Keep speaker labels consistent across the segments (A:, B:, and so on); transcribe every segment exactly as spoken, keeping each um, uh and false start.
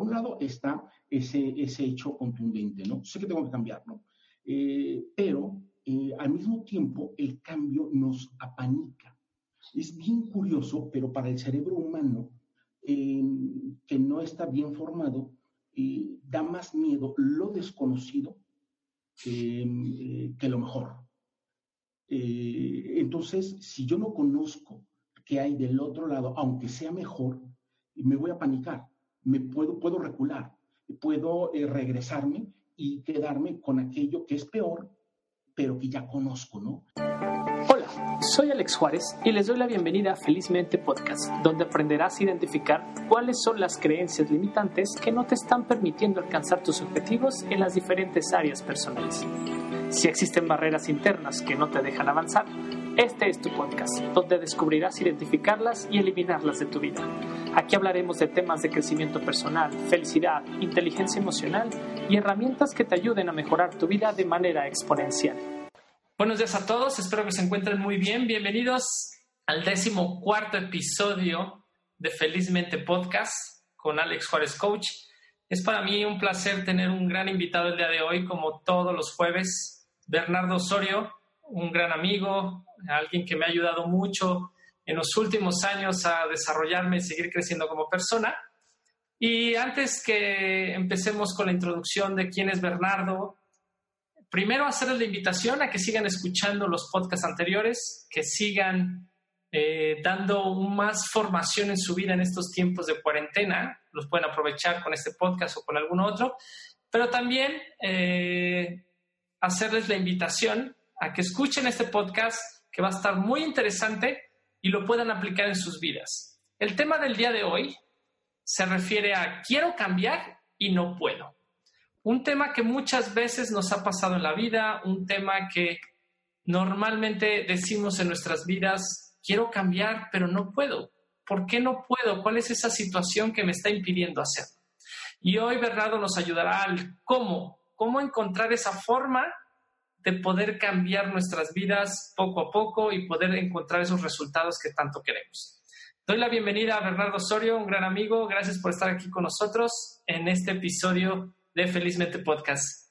A: un lado está ese, ese hecho contundente, ¿no? Sé que tengo que cambiar, ¿no? Eh, pero eh, al mismo tiempo el cambio nos apanica. Es bien curioso, pero para el cerebro humano, eh, que no está bien formado, eh, da más miedo lo desconocido eh, eh, que lo mejor. Eh, entonces, si yo no conozco qué hay del otro lado, aunque sea mejor, me voy a panicar, me puedo, puedo recular, puedo eh, regresarme y quedarme con aquello que es peor, pero que ya conozco, ¿no?
B: Hola, soy Alex Juárez y les doy la bienvenida a Felizmente Podcast, donde aprenderás a identificar cuáles son las creencias limitantes que no te están permitiendo alcanzar tus objetivos en las diferentes áreas personales. Si existen barreras internas que no te dejan avanzar, este es tu podcast, donde descubrirás identificarlas y eliminarlas de tu vida. Aquí hablaremos de temas de crecimiento personal, felicidad, inteligencia emocional y herramientas que te ayuden a mejorar tu vida de manera exponencial. Buenos días a todos, espero que se encuentren muy bien. Bienvenidos al décimo cuarto episodio de Felizmente Podcast con Alex Juárez Coach. Es para mí un placer tener un gran invitado el día de hoy, como todos los jueves. Bernardo Osorio, un gran amigo, alguien que me ha ayudado mucho en los últimos años a desarrollarme y seguir creciendo como persona. Y antes que empecemos con la introducción de quién es Bernardo, primero hacerles la invitación a que sigan escuchando los podcasts anteriores, que sigan eh, dando más formación en su vida en estos tiempos de cuarentena. Los pueden aprovechar con este podcast o con algún otro, pero también eh, hacerles la invitación a que escuchen este podcast, que va a estar muy interesante y lo puedan aplicar en sus vidas. El tema del día de hoy se refiere a quiero cambiar y no puedo. Un tema que muchas veces nos ha pasado en la vida, un tema que normalmente decimos en nuestras vidas, quiero cambiar, pero no puedo. ¿Por qué no puedo? ¿Cuál es esa situación que me está impidiendo hacerlo? Y hoy Bernardo nos ayudará al cómo, cómo encontrar esa forma de poder cambiar nuestras vidas poco a poco y poder encontrar esos resultados que tanto queremos. Doy la bienvenida a Bernardo Osorio, un gran amigo. Gracias por estar aquí con nosotros en este episodio de Felizmente Podcast.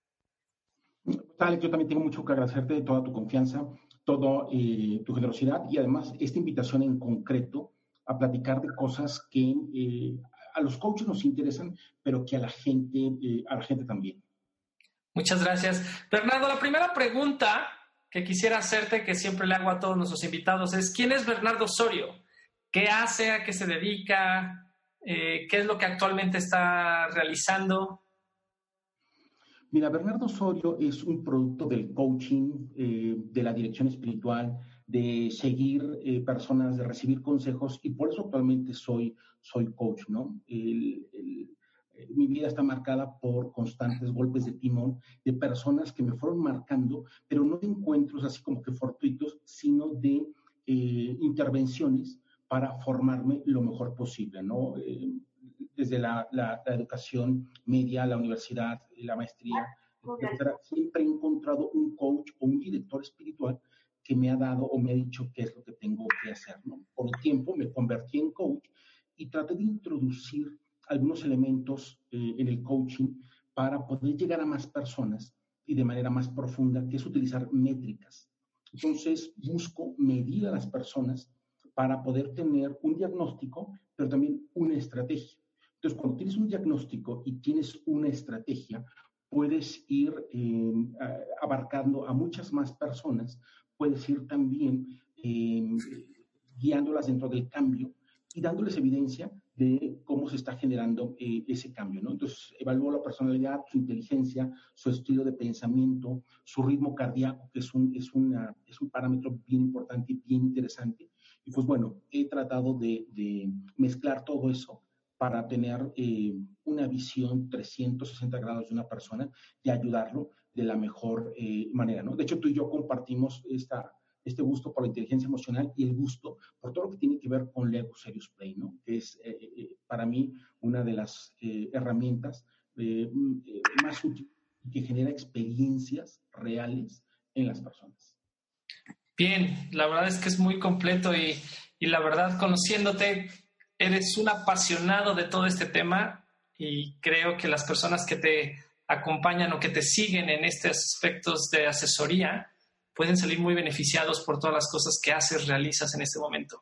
A: Alex, yo también tengo mucho que agradecerte toda tu confianza, toda eh, tu generosidad y además esta invitación en concreto a platicar de cosas que eh, a los coaches nos interesan, pero que a la gente, eh, a la gente también.
B: Muchas gracias. Bernardo, la primera pregunta que quisiera hacerte, que siempre le hago a todos nuestros invitados, es ¿quién es Bernardo Osorio? ¿Qué hace? ¿A qué se dedica? Eh, ¿Qué es lo que actualmente está realizando?
A: Mira, Bernardo Osorio es un producto del coaching, eh, de la dirección espiritual, de seguir eh, personas, de recibir consejos, y por eso actualmente soy, soy coach, ¿no? El, el, eh, mi vida está marcada por constantes golpes de timón de personas que me fueron marcando, pero no de encuentros así como que fortuitos, sino de eh, intervenciones para formarme lo mejor posible, ¿no? Eh, desde la, la, la educación media, la universidad, la maestría, etcétera, siempre he encontrado un coach o un director espiritual que me ha dado o me ha dicho qué es lo que tengo que hacer, ¿no? Por un tiempo me convertí en coach y traté de introducir algunos elementos eh, en el coaching para poder llegar a más personas y de manera más profunda, que es utilizar métricas. Entonces, busco medir a las personas para poder tener un diagnóstico, pero también una estrategia. Entonces, cuando tienes un diagnóstico y tienes una estrategia, puedes ir eh, abarcando a muchas más personas, puedes ir también eh, guiándolas dentro del cambio y dándoles evidencia de cómo se está generando eh, ese cambio, ¿no? Entonces, evalúo la personalidad, su inteligencia, su estilo de pensamiento, su ritmo cardíaco, que es un, es una, es un parámetro bien importante y bien interesante. Y pues bueno, he tratado de, de mezclar todo eso para tener eh, una visión trescientos sesenta grados de una persona y ayudarlo de la mejor eh, manera, ¿no? De hecho, tú y yo compartimos esta, este gusto por la inteligencia emocional y el gusto por todo lo que tiene que ver con Lego Serious Play, ¿no? Que es eh, eh, para mí una de las eh, herramientas eh, eh, más útiles y que genera experiencias reales en las personas.
B: Bien, la verdad es que es muy completo y, y la verdad, conociéndote, eres un apasionado de todo este tema y creo que las personas que te acompañan o que te siguen en estos aspectos de asesoría pueden salir muy beneficiados por todas las cosas que haces, realizas en este momento.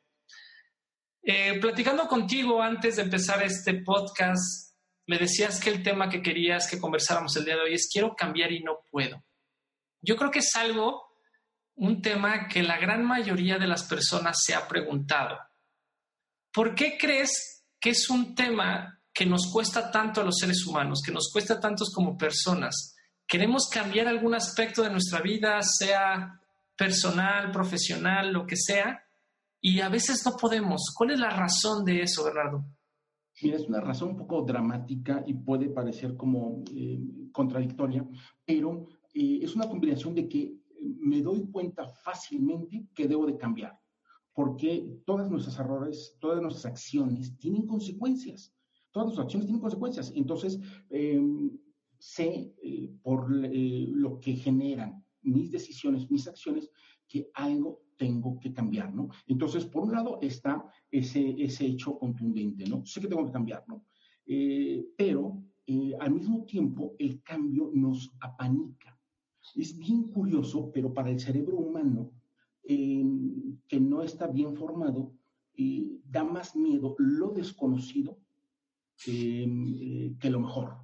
B: Eh, platicando contigo antes de empezar este podcast, me decías que el tema que querías que conversáramos el día de hoy es quiero cambiar y no puedo. Yo creo que es algo, un tema que la gran mayoría de las personas se ha preguntado. ¿Por qué crees que es un tema que nos cuesta tanto a los seres humanos, que nos cuesta tantos como personas? Queremos cambiar algún aspecto de nuestra vida, sea personal, profesional, lo que sea, y a veces no podemos. ¿Cuál es la razón de eso, Bernardo?
A: Mira, es una razón un poco dramática y puede parecer como eh, contradictoria, pero eh, es una combinación de que me doy cuenta fácilmente que debo de cambiar, porque todas nuestros errores, todas nuestras acciones tienen consecuencias. Todas nuestras acciones tienen consecuencias. Entonces, eh, sé eh, por eh, lo que generan mis decisiones, mis acciones, que algo tengo que cambiar, ¿no? Entonces, por un lado está ese, ese hecho contundente, ¿no? Sé que tengo que cambiar, ¿no? Eh, pero eh, al mismo tiempo el cambio nos apanica. Es bien curioso, pero para el cerebro humano, eh, que no está bien formado, eh, da más miedo lo desconocido eh, eh, que lo mejor.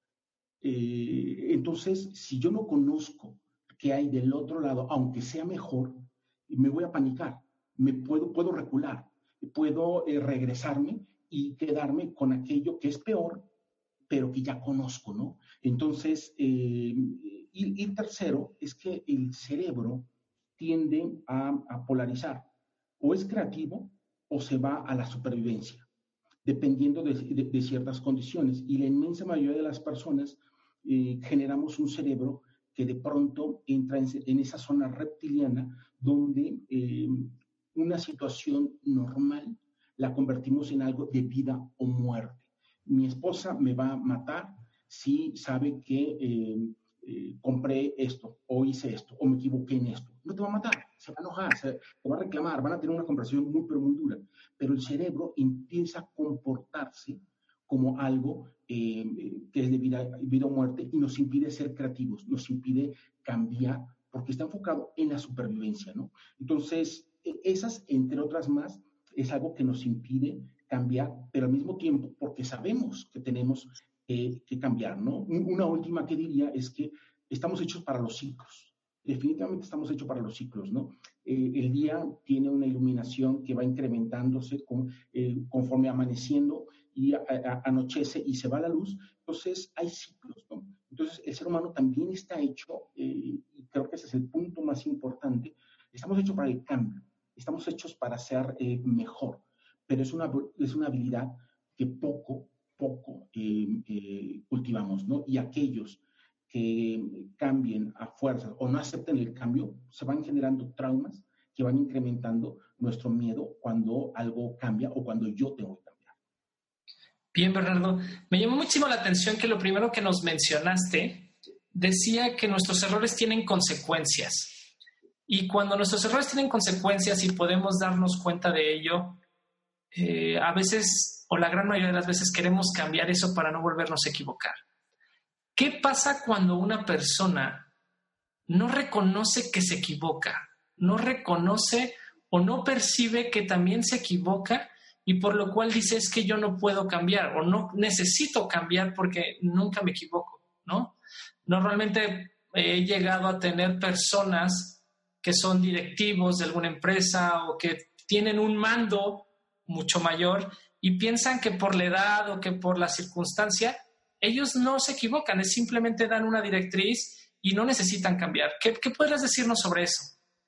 A: Eh, entonces, si yo no conozco qué hay del otro lado, aunque sea mejor, me voy a panicar, me puedo, puedo recular, puedo eh, regresarme y quedarme con aquello que es peor, pero que ya conozco, ¿no? Entonces, eh, y, y tercero, es que el cerebro tiende a, a polarizar, o es creativo o se va a la supervivencia, dependiendo de, de, de ciertas condiciones. Y la inmensa mayoría de las personas eh, generamos un cerebro que de pronto entra en, en esa zona reptiliana donde eh, una situación normal la convertimos en algo de vida o muerte. Mi esposa me va a matar si sabe que eh, eh, compré esto, o hice esto, o me equivoqué en esto. No te va a matar, se va a enojar, se, te va a reclamar, van a tener una conversación muy, pero muy dura. Pero el cerebro empieza a comportarse como algo eh, que es de vida, vida o muerte y nos impide ser creativos, nos impide cambiar, porque está enfocado en la supervivencia, ¿no? Entonces, esas, entre otras más, es algo que nos impide cambiar, pero al mismo tiempo, porque sabemos que tenemos eh, que cambiar, ¿no? Una última que diría es que estamos hechos para los ciclos. Definitivamente estamos hechos para los ciclos, ¿no? Eh, el día tiene una iluminación que va incrementándose con, eh, conforme amaneciendo y a, a, anochece y se va la luz. Entonces, hay ciclos, ¿no? Entonces, el ser humano también está hecho, eh, y creo que ese es el punto más importante, estamos hechos para el cambio, estamos hechos para ser eh, mejor, pero es una, es una habilidad que poco, poco eh, eh, cultivamos, ¿no? Y aquellos que cambien a fuerzas o no acepten el cambio, se van generando traumas que van incrementando nuestro miedo cuando algo cambia o cuando yo tengo que cambiar.
B: Bien, Bernardo. Me llamó muchísimo la atención que lo primero que nos mencionaste decía que nuestros errores tienen consecuencias. Y cuando nuestros errores tienen consecuencias y podemos darnos cuenta de ello, eh, a veces, o la gran mayoría de las veces, queremos cambiar eso para no volvernos a equivocar. ¿Qué pasa cuando una persona no reconoce que se equivoca, no reconoce o no percibe que también se equivoca y por lo cual dice es que yo no puedo cambiar o no necesito cambiar porque nunca me equivoco, ¿no? Normalmente he llegado a tener personas que son directivos de alguna empresa o que tienen un mando mucho mayor y piensan que por la edad o que por la circunstancia ellos no se equivocan, es simplemente dan una directriz y no necesitan cambiar. ¿Qué, qué podrías decirnos sobre eso?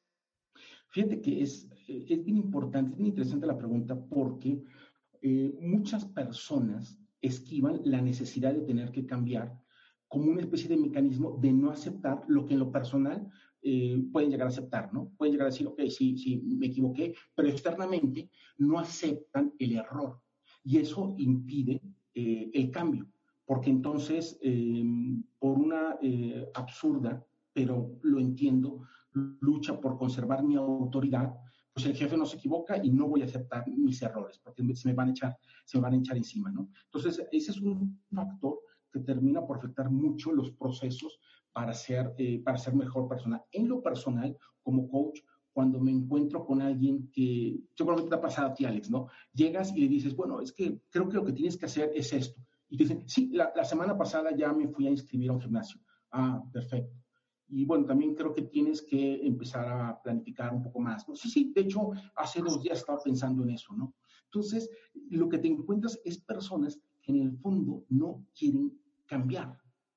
A: Fíjate que es, es bien importante, es bien interesante la pregunta porque eh, muchas personas esquivan la necesidad de tener que cambiar como una especie de mecanismo de no aceptar lo que en lo personal eh, pueden llegar a aceptar, ¿no? Pueden llegar a decir, ok, sí, sí, me equivoqué, pero externamente no aceptan el error y eso impide eh, el cambio. Porque entonces, eh, por una eh, absurda, pero lo entiendo, lucha por conservar mi autoridad, pues el jefe no se equivoca y no voy a aceptar mis errores porque se me van a echar, se me van a echar encima, ¿no? Entonces, ese es un factor que termina por afectar mucho los procesos para ser, eh, para ser mejor persona. En lo personal, como coach, cuando me encuentro con alguien que seguramente te ha pasado a ti, Alex, ¿no? Llegas y le dices, bueno, es que creo que lo que tienes que hacer es esto. Y te dicen, sí, la, la semana pasada ya me fui a inscribir a un gimnasio. Ah, perfecto. Y bueno, también creo que tienes que empezar a planificar un poco más, ¿no? Sí, sí, de hecho, hace dos días estaba pensando en eso, ¿no? Entonces, lo que te encuentras es personas que en el fondo no quieren cambiar.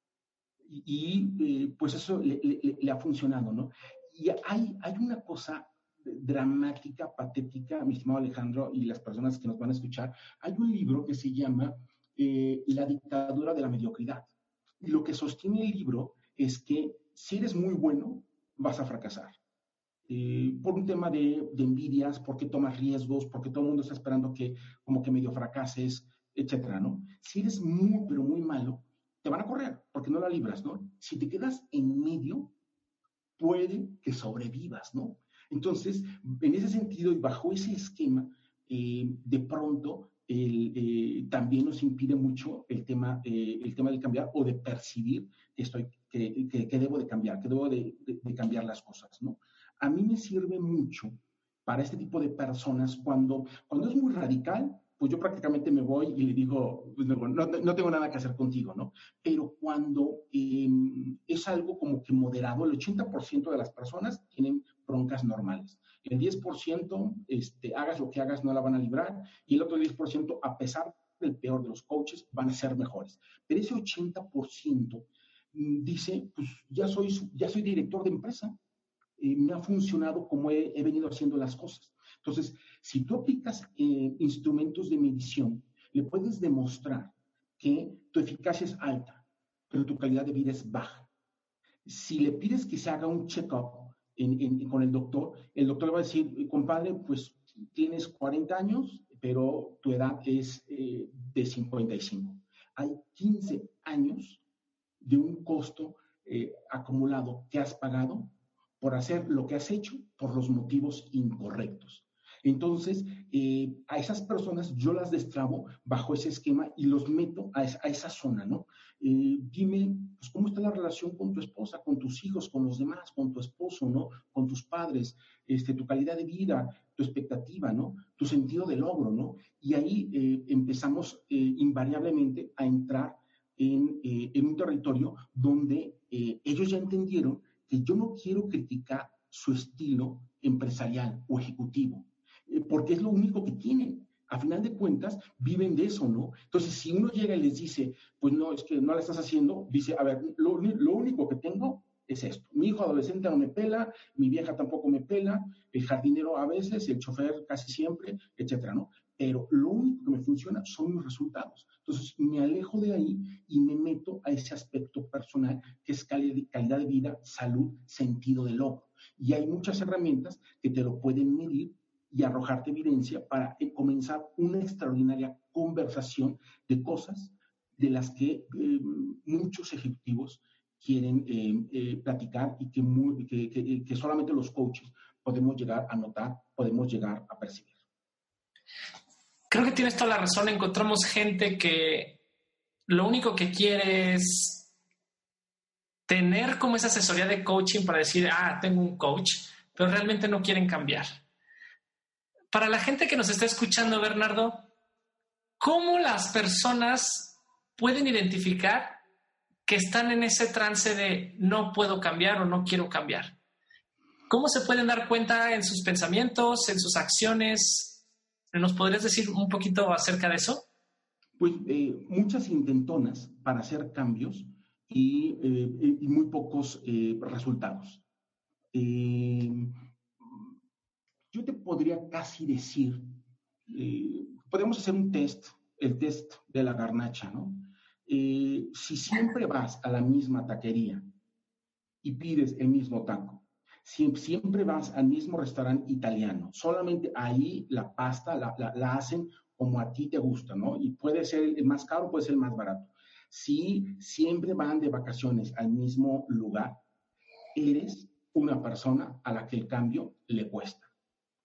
A: Y, y eh, pues eso le, le, le, ha funcionado, ¿no? Y hay, hay una cosa dramática, patética, mi estimado Alejandro, y las personas que nos van a escuchar. Hay un libro que se llama eh, La dictadura de la mediocridad. Y lo que sostiene el libro es que si eres muy bueno, vas a fracasar. Eh, por un tema de, de envidias, porque tomas riesgos, porque todo el mundo está esperando que como que medio fracases, etcétera, ¿no? Si eres muy, pero muy malo, te van a correr porque no la libras, ¿no? Si te quedas en medio, puede que sobrevivas, ¿no? Entonces, en ese sentido y bajo ese esquema, eh, de pronto el, eh, también nos impide mucho el tema, eh, el tema de cambiar o de percibir que, estoy, que, que, que debo de cambiar, que debo de, de, de cambiar las cosas, ¿no? A mí me sirve mucho para este tipo de personas cuando, cuando es muy radical, pues yo prácticamente me voy y le digo, pues no, no, no tengo nada que hacer contigo, ¿no? Pero cuando eh, es algo como que moderado, el ochenta por ciento de las personas tienen broncas normales. El diez por ciento, este, hagas lo que hagas, no la van a librar, y el otro diez por ciento, a pesar del peor de los coaches, van a ser mejores. Pero ese ochenta por ciento dice, pues ya soy, ya soy director de empresa, eh, me ha funcionado como he, he venido haciendo las cosas. Entonces, si tú aplicas eh, instrumentos de medición, le puedes demostrar que tu eficacia es alta, pero tu calidad de vida es baja. Si le pides que se haga un check-up en, en, con el doctor, el doctor le va a decir, compadre, pues tienes cuarenta años, pero tu edad es eh, de cincuenta y cinco. Hay quince años de un costo eh, acumulado que has pagado por hacer lo que has hecho por los motivos incorrectos. Entonces, eh, a esas personas yo las destrabo bajo ese esquema y los meto a esa, a esa zona, ¿no? Eh, dime, pues, ¿cómo está la relación con tu esposa, con tus hijos, con los demás, con tu esposo, ¿no? Con tus padres, este, tu calidad de vida, tu expectativa, ¿no? Tu sentido de logro, ¿no? Y ahí eh, empezamos eh, invariablemente a entrar en, eh, en un territorio donde eh, ellos ya entendieron que yo no quiero criticar su estilo empresarial o ejecutivo, eh, porque es lo único que tienen. A final de cuentas, viven de eso, ¿no? Entonces, si uno llega y les dice, pues no, es que no la estás haciendo, dice, a ver, lo, lo único que tengo es esto. Mi hijo adolescente no me pela, mi vieja tampoco me pela, el jardinero a veces, el chofer casi siempre, etcétera, ¿no? Pero lo único que me funciona son mis resultados. Entonces, me alejo de ahí y me meto a ese aspecto personal que es calidad de vida, salud, sentido de logro. Y hay muchas herramientas que te lo pueden medir y arrojarte evidencia para eh, comenzar una extraordinaria conversación de cosas de las que eh, muchos ejecutivos quieren eh, eh, platicar y que, muy, que, que, que solamente los coaches podemos llegar a notar, podemos llegar a percibir.
B: Creo que tienes toda la razón. Encontramos gente que lo único que quiere es tener como esa asesoría de coaching para decir, ah, tengo un coach, pero realmente no quieren cambiar. Para la gente que nos está escuchando, Bernardo, ¿cómo las personas pueden identificar que están en ese trance de no puedo cambiar o no quiero cambiar? ¿Cómo se pueden dar cuenta en sus pensamientos, en sus acciones? ¿Nos podrías decir un poquito acerca de eso?
A: Pues eh, muchas intentonas para hacer cambios y, eh, y muy pocos eh, resultados. Eh, yo te podría casi decir, eh, podemos hacer un test, el test de la garnacha, ¿no? Eh, si siempre vas a la misma taquería y pides el mismo taco, si siempre vas al mismo restaurante italiano, solamente ahí la pasta la, la, la hacen como a ti te gusta, ¿no? Y puede ser el más caro, puede ser el más barato. Si siempre van de vacaciones al mismo lugar, eres una persona a la que el cambio le cuesta.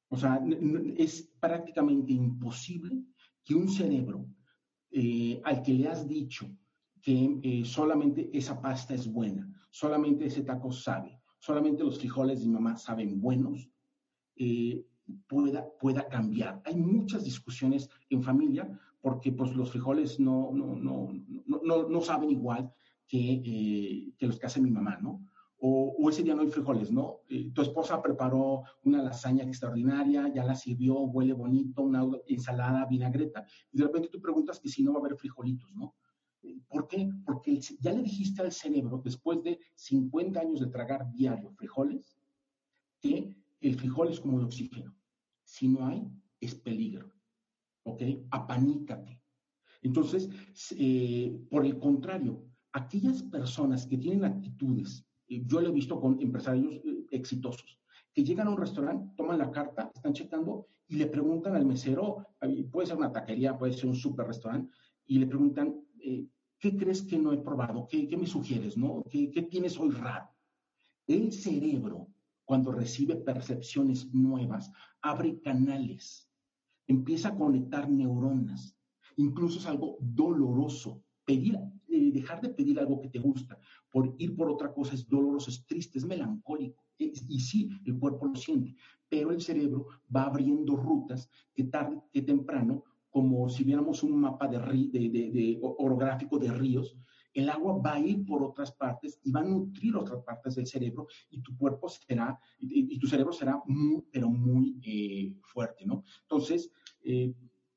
A: O sea, n- n- es prácticamente imposible que un cerebro eh, al que le has dicho que eh, solamente esa pasta es buena, solamente ese taco sabe, solamente los frijoles de mi mamá saben buenos, eh, pueda, pueda cambiar. Hay muchas discusiones en familia porque pues, los frijoles no, no, no, no, no, no saben igual que, eh, que los que hace mi mamá, ¿no? O, o, ese día no hay frijoles, ¿no? Eh, tu esposa preparó una lasaña extraordinaria, ya la sirvió, huele bonito, una ensalada, vinagreta, y de repente tú preguntas que si no va a haber frijolitos, ¿no? ¿Por qué? Porque ya le dijiste al cerebro, después de cincuenta años de tragar diario frijoles, que el frijol es como el oxígeno. Si no hay, es peligro, ¿ok? Apanícate. Entonces, eh, por el contrario, aquellas personas que tienen actitudes, eh, yo lo he visto con empresarios eh, exitosos, que llegan a un restaurante, toman la carta, están checando y le preguntan al mesero, puede ser una taquería, puede ser un super restaurante, y le preguntan, eh, ¿qué crees que no he probado? ¿Qué, qué me sugieres? ¿No? ¿Qué, ¿Qué tienes hoy raro? El cerebro, cuando recibe percepciones nuevas, abre canales, empieza a conectar neuronas. Incluso es algo doloroso. Pedir, eh, dejar de pedir algo que te gusta por ir por otra cosa es doloroso, es triste, es melancólico. Es, y sí, el cuerpo lo siente, pero el cerebro va abriendo rutas que tarde que temprano, como si viéramos un mapa de, de, de, de orográfico de ríos, el agua va a ir por otras partes y va a nutrir otras partes del cerebro y tu cuerpo será, y, y tu cerebro será muy, pero muy eh, fuerte, ¿no? Entonces, eh,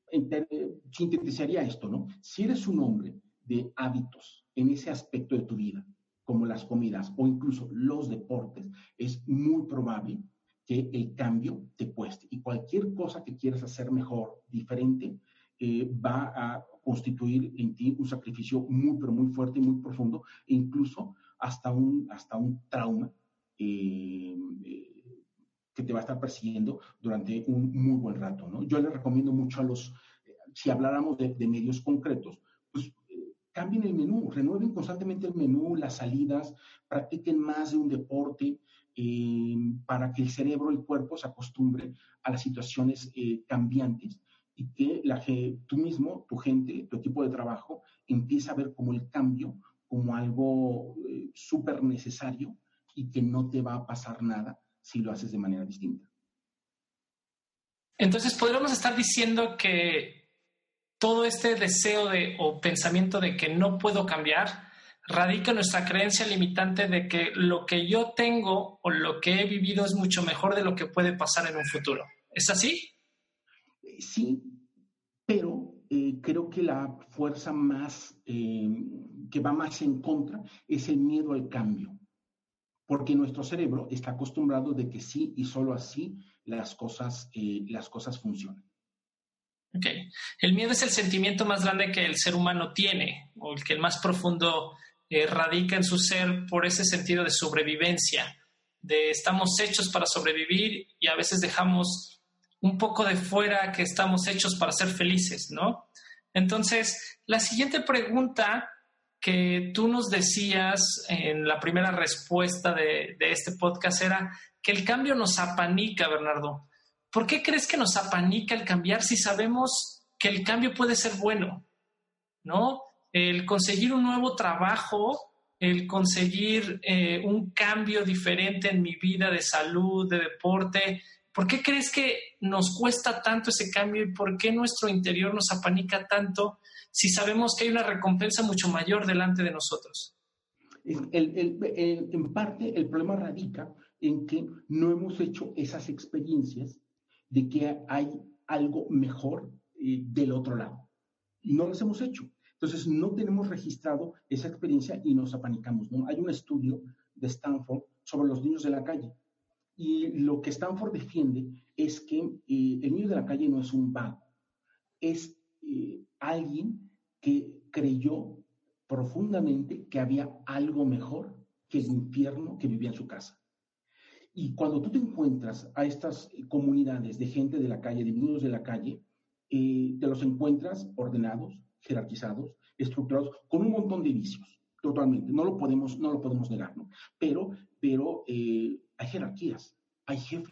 A: sintetizaría esto, ¿no? Si eres un hombre de hábitos en ese aspecto de tu vida, como las comidas o incluso los deportes, es muy probable que el cambio te cueste. Y cualquier cosa que quieras hacer mejor, diferente, eh, va a constituir en ti un sacrificio muy, pero muy fuerte y muy profundo, e incluso hasta un, hasta un trauma eh, eh, que te va a estar persiguiendo durante un muy buen rato, ¿no? Yo les recomiendo mucho a los, eh, si habláramos de, de medios concretos, pues eh, cambien el menú, renueven constantemente el menú, las salidas, practiquen más de un deporte, eh, para que el cerebro y el cuerpo se acostumbre a las situaciones eh, cambiantes y que la, tú mismo, tu gente, tu equipo de trabajo, empiece a ver como el cambio como algo eh, súper necesario y que no te va a pasar nada si lo haces de manera distinta.
B: Entonces, podríamos estar diciendo que todo este deseo de, o pensamiento de que no puedo cambiar radica en nuestra creencia limitante de que lo que yo tengo o lo que he vivido es mucho mejor de lo que puede pasar en un futuro. ¿Es así?
A: Sí, pero eh, creo que la fuerza más, eh, que va más en contra es el miedo al cambio, porque nuestro cerebro está acostumbrado de que sí y solo así las cosas, eh, las cosas funcionan.
B: Ok. El miedo es el sentimiento más grande que el ser humano tiene, o el que el más profundo eh, radica en su ser por ese sentido de sobrevivencia, de estamos hechos para sobrevivir y a veces dejamos un poco de fuera que estamos hechos para ser felices, ¿no? Entonces, la siguiente pregunta que tú nos decías en la primera respuesta de, de este podcast era que el cambio nos apanica, Bernardo. ¿Por qué crees que nos apanica el cambiar si sabemos que el cambio puede ser bueno? ¿No? El conseguir un nuevo trabajo, el conseguir eh, un cambio diferente en mi vida de salud, de deporte. ¿Por qué crees que nos cuesta tanto ese cambio y por qué nuestro interior nos apanica tanto si sabemos que hay una recompensa mucho mayor delante de nosotros?
A: El, el, el, en parte, el problema radica en que no hemos hecho esas experiencias de que hay algo mejor eh, del otro lado. Y no las hemos hecho. Entonces, no tenemos registrado esa experiencia y nos apanicamos, ¿no? Hay un estudio de Stanford sobre los niños de la calle. Y lo que Stanford defiende es que eh, el niño de la calle no es un vago, es eh, alguien que creyó profundamente que había algo mejor que el infierno que vivía en su casa. Y cuando tú te encuentras a estas comunidades de gente de la calle, de niños de la calle, eh, te los encuentras ordenados, jerarquizados, estructurados, con un montón de vicios, totalmente. No lo podemos, no lo podemos negar, ¿no? Pero, pero eh, hay jerarquías, hay jefes,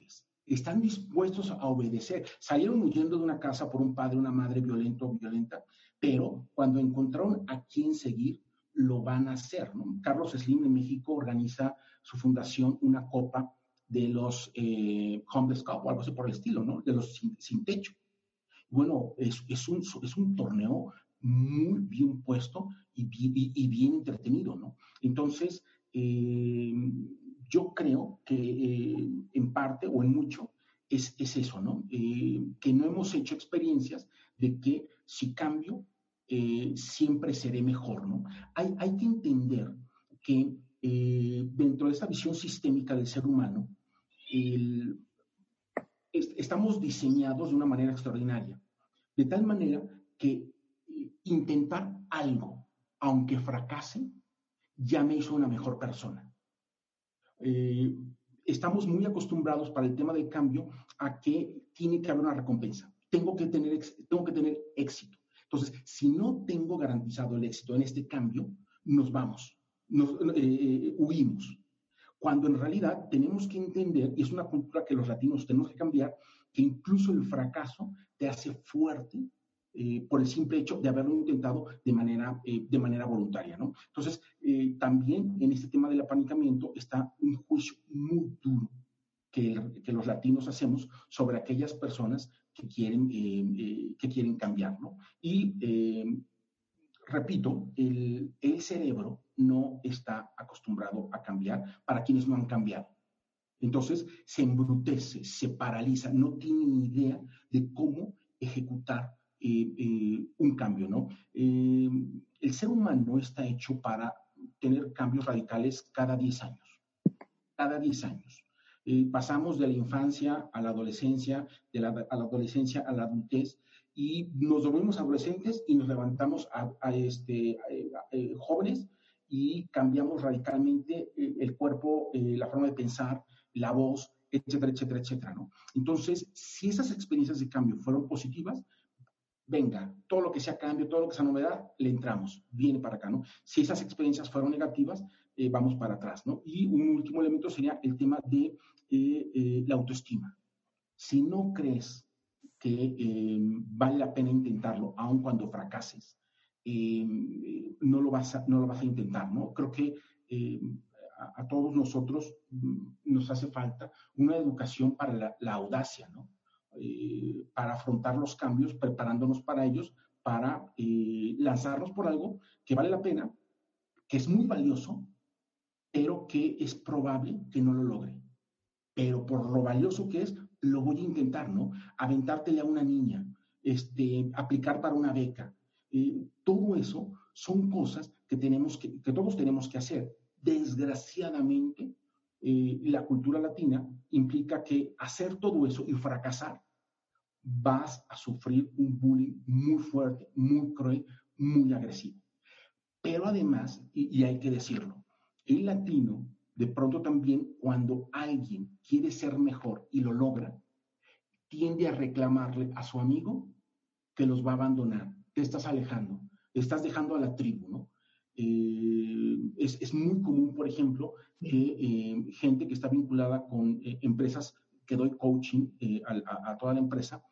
A: están dispuestos a obedecer. Salieron huyendo de una casa por un padre, una madre violento o violenta, pero cuando encontraron a quién seguir, lo van a hacer, ¿no? Carlos Slim en México organiza su fundación una copa de los eh, Homeless Cup o algo así por el estilo, ¿no? De los sin, sin techo. Bueno, es, es, un, es un torneo muy bien puesto y, y, y bien entretenido, ¿no? Entonces, eh, yo creo que eh, en parte o en mucho es, es eso, ¿no? Eh, que no hemos hecho experiencias de que si cambio, eh, siempre seré mejor, ¿no? Hay, hay que entender que eh, dentro de esta visión sistémica del ser humano, el, est- estamos diseñados de una manera extraordinaria, de tal manera que eh, intentar algo, aunque fracase, ya me hizo una mejor persona. Eh, estamos muy acostumbrados para el tema del cambio a que tiene que haber una recompensa. Tengo que tener, tengo que tener éxito. Entonces, si no tengo garantizado el éxito en este cambio, nos vamos, nos, eh, huimos. Cuando en realidad tenemos que entender, y es una cultura que los latinos tenemos que cambiar, que incluso el fracaso te hace fuerte eh, por el simple hecho de haberlo intentado de manera, eh, de manera voluntaria, ¿no? Entonces, eh, también en este tema del apanicamiento está un juicio muy duro que, que los latinos hacemos sobre aquellas personas que quieren, eh, eh, que quieren cambiar, ¿no? Y, eh, repito, el, el cerebro no está acostumbrado a cambiar para quienes no han cambiado. Entonces, se embrutece, se paraliza, no tiene ni idea de cómo ejecutar eh, eh, un cambio, ¿no? Eh, el ser humano está hecho para tener cambios radicales cada diez años. Cada diez años. Eh, pasamos de la infancia a la adolescencia, de la, a la adolescencia a la adultez, y nos volvemos adolescentes y nos levantamos a, a este, a, a, a, jóvenes y cambiamos radicalmente eh, el cuerpo, eh, la forma de pensar, la voz, etcétera, etcétera, etcétera, ¿no? Entonces, si esas experiencias de cambio fueron positivas, venga, todo lo que sea cambio, todo lo que sea novedad, le entramos, viene para acá, ¿no? Si esas experiencias fueron negativas, eh, vamos para atrás, ¿no? Y un último elemento sería el tema de eh, eh, la autoestima. Si no crees que eh, vale la pena intentarlo, aun cuando fracases, eh, no, lo vas a, no lo vas a intentar, ¿no? Creo que eh, a, a todos nosotros mm, nos hace falta una educación para la, la audacia, ¿no? Eh, para afrontar los cambios, preparándonos para ellos, para eh, lanzarnos por algo que vale la pena, que es muy valioso, pero que es probable que no lo logre. Pero por lo valioso que es, lo voy a intentar, ¿no? Aventártele a una niña, este, aplicar para una beca. Eh, todo eso son cosas que, tenemos que, que todos tenemos que hacer. Desgraciadamente, eh, la cultura latina implica que hacer todo eso y fracasar, vas a sufrir un bullying muy fuerte, muy cruel, muy agresivo. Pero además, y, y hay que decirlo, el latino, de pronto también, cuando alguien quiere ser mejor y lo logra, tiende a reclamarle a su amigo que los va a abandonar, te estás alejando, estás dejando a la tribu, ¿no? Eh, es, es muy común, por ejemplo, que eh, gente que está vinculada con eh, empresas que doy coaching eh, a, a, a toda la empresa,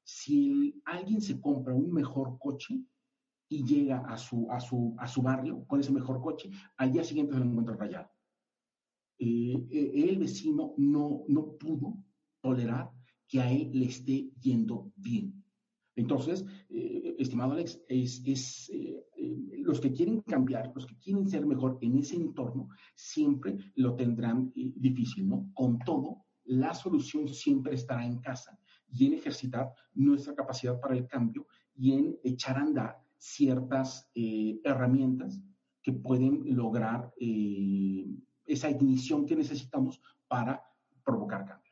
A: si alguien se compra un mejor coche y llega a su, a su, a su barrio con ese mejor coche, al día siguiente se lo encuentra rayado. Eh, eh, el vecino no, no pudo tolerar que a él le esté yendo bien. Entonces, eh, estimado Alex, es, es, eh, eh, los que quieren cambiar, los que quieren ser mejor en ese entorno, siempre lo tendrán eh, difícil, ¿no? Con todo, la solución siempre estará en casa y en ejercitar nuestra capacidad para el cambio y en echar a andar ciertas eh, herramientas que pueden lograr eh, esa ignición que necesitamos para provocar cambios.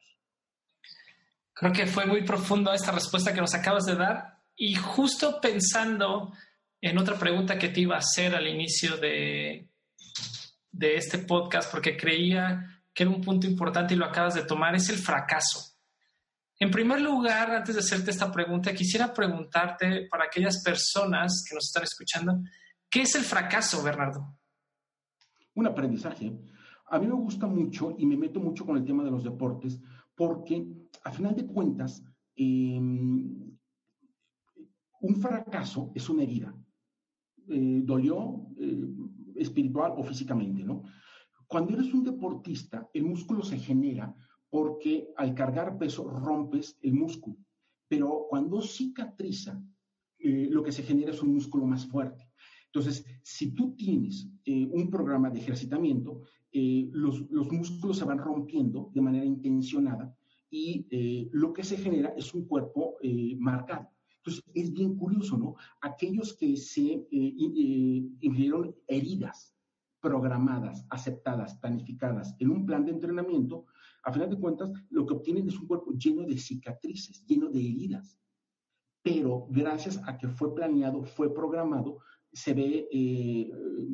B: Creo que fue muy profundo esta respuesta que nos acabas de dar, y justo pensando en otra pregunta que te iba a hacer al inicio de, de este podcast, porque creía que era un punto importante y lo acabas de tomar, es el fracaso. En primer lugar, antes de hacerte esta pregunta, quisiera preguntarte para aquellas personas que nos están escuchando, ¿qué es el fracaso, Bernardo?
A: Un aprendizaje. A mí me gusta mucho y me meto mucho con el tema de los deportes porque a final de cuentas, eh, un fracaso es una herida. Eh, dolió eh, espiritual o físicamente, ¿no? Cuando eres un deportista, el músculo se genera porque al cargar peso rompes el músculo, pero cuando cicatriza, eh, lo que se genera es un músculo más fuerte. Entonces, si tú tienes eh, un programa de ejercitamiento, eh, los, los músculos se van rompiendo de manera intencionada y eh, lo que se genera es un cuerpo eh, marcado. Entonces, es bien curioso, ¿no? Aquellos que se eh, eh, infirieron heridas programadas, aceptadas, planificadas en un plan de entrenamiento, a final de cuentas, lo que obtienen es un cuerpo lleno de cicatrices, lleno de heridas. Pero gracias a que fue planeado, fue programado, se ve eh,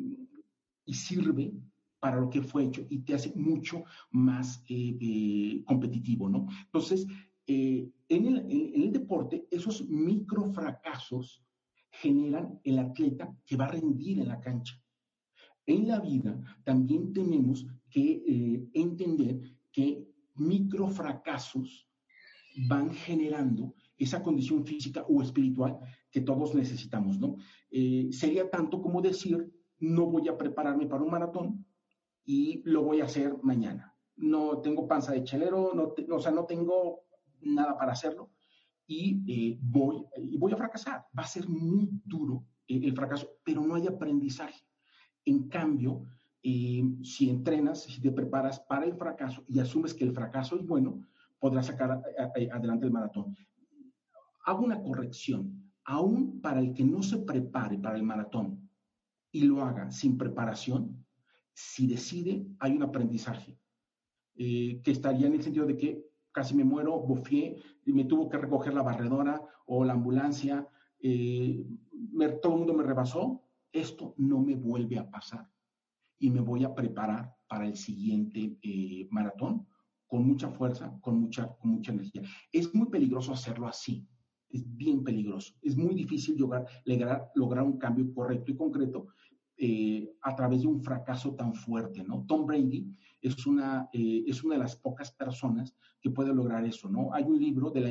A: y sirve para lo que fue hecho y te hace mucho más eh, eh, competitivo, ¿no? Entonces, eh, en, el, en el deporte, esos micro fracasos generan el atleta que va a rendir en la cancha. En la vida también tenemos que eh, entender que micro fracasos van generando esa condición física o espiritual que todos necesitamos, ¿no? Eh, sería tanto como decir, no voy a prepararme para un maratón y lo voy a hacer mañana. No tengo panza de chelero, no te, o sea, no tengo nada para hacerlo y, eh, voy, y voy a fracasar. Va a ser muy duro eh, el fracaso, pero no hay aprendizaje. En cambio, eh, si entrenas, si te preparas para el fracaso y asumes que el fracaso es bueno, podrás sacar a, a, adelante el maratón. Hago una corrección. Aún para el que no se prepare para el maratón y lo haga sin preparación, si decide, hay un aprendizaje eh, que estaría en el sentido de que casi me muero, bofié, y me tuvo que recoger la barredora o la ambulancia, eh, me, todo el mundo me rebasó. Esto no me vuelve a pasar y me voy a preparar para el siguiente eh, maratón con mucha fuerza, con mucha, con mucha energía. Es muy peligroso hacerlo así, es bien peligroso. Es muy difícil lograr, lograr, lograr un cambio correcto y concreto eh, a través de un fracaso tan fuerte, ¿no? Tom Brady es una, eh, es una de las pocas personas que puede lograr eso, ¿no? Hay un libro de la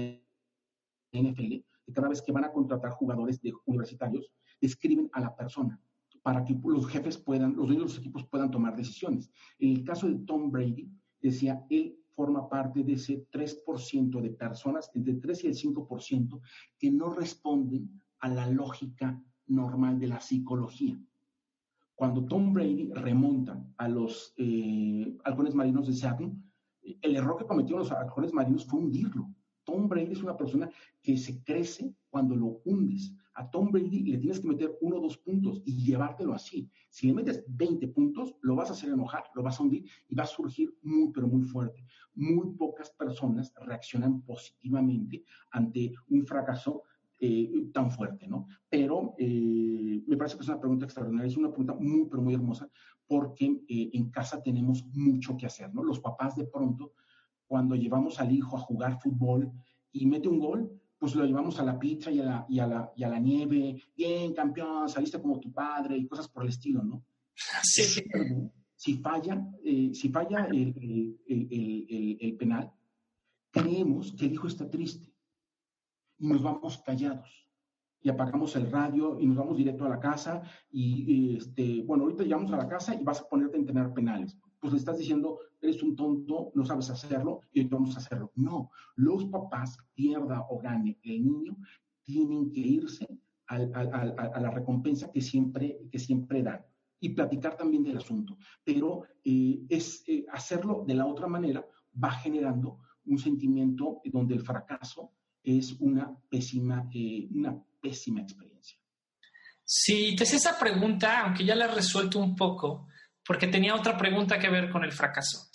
A: N F L que cada vez que van a contratar jugadores de universitarios, describen a la persona para que los jefes puedan, los dueños de los equipos puedan tomar decisiones. En el caso de Tom Brady, decía, él forma parte de ese tres por ciento de personas, entre el tres y el cinco por ciento, que no responden a la lógica normal de la psicología. Cuando Tom Brady remonta a los eh, halcones marinos de Seattle, el error que cometieron los halcones marinos fue hundirlo. Tom Brady es una persona que se crece cuando lo hundes. A Tom Brady le tienes que meter uno o dos puntos y llevártelo así. Si le metes veinte puntos, lo vas a hacer enojar, lo vas a hundir y va a surgir muy, pero muy fuerte. Muy pocas personas reaccionan positivamente ante un fracaso eh, tan fuerte, ¿no? Pero eh, me parece que es una pregunta extraordinaria, es una pregunta muy, pero muy hermosa, porque eh, en casa tenemos mucho que hacer, ¿no? Los papás de pronto, cuando llevamos al hijo a jugar fútbol y mete un gol, pues lo llevamos a la pizza y a la, y a la, y a la nieve, bien, campeón, saliste como tu padre y cosas por el estilo, ¿no?
B: Sí.
A: Si falla, eh, si falla el, el, el, el, el penal, creemos que el hijo está triste y nos vamos callados y apagamos el radio y nos vamos directo a la casa y, este, bueno, ahorita llegamos a la casa y vas a ponerte a entrenar penales. Pues le estás diciendo, eres un tonto, no sabes hacerlo y hoy vamos a hacerlo. No, los papás, pierda o gane el niño, tienen que irse a, a, a, a la recompensa que siempre, que siempre dan y platicar también del asunto. Pero eh, es eh, hacerlo de la otra manera va generando un sentimiento donde el fracaso es una pésima, eh, una pésima experiencia.
B: Sí, te hice esa pregunta, aunque ya la he resuelto un poco, porque tenía otra pregunta que ver con el fracaso.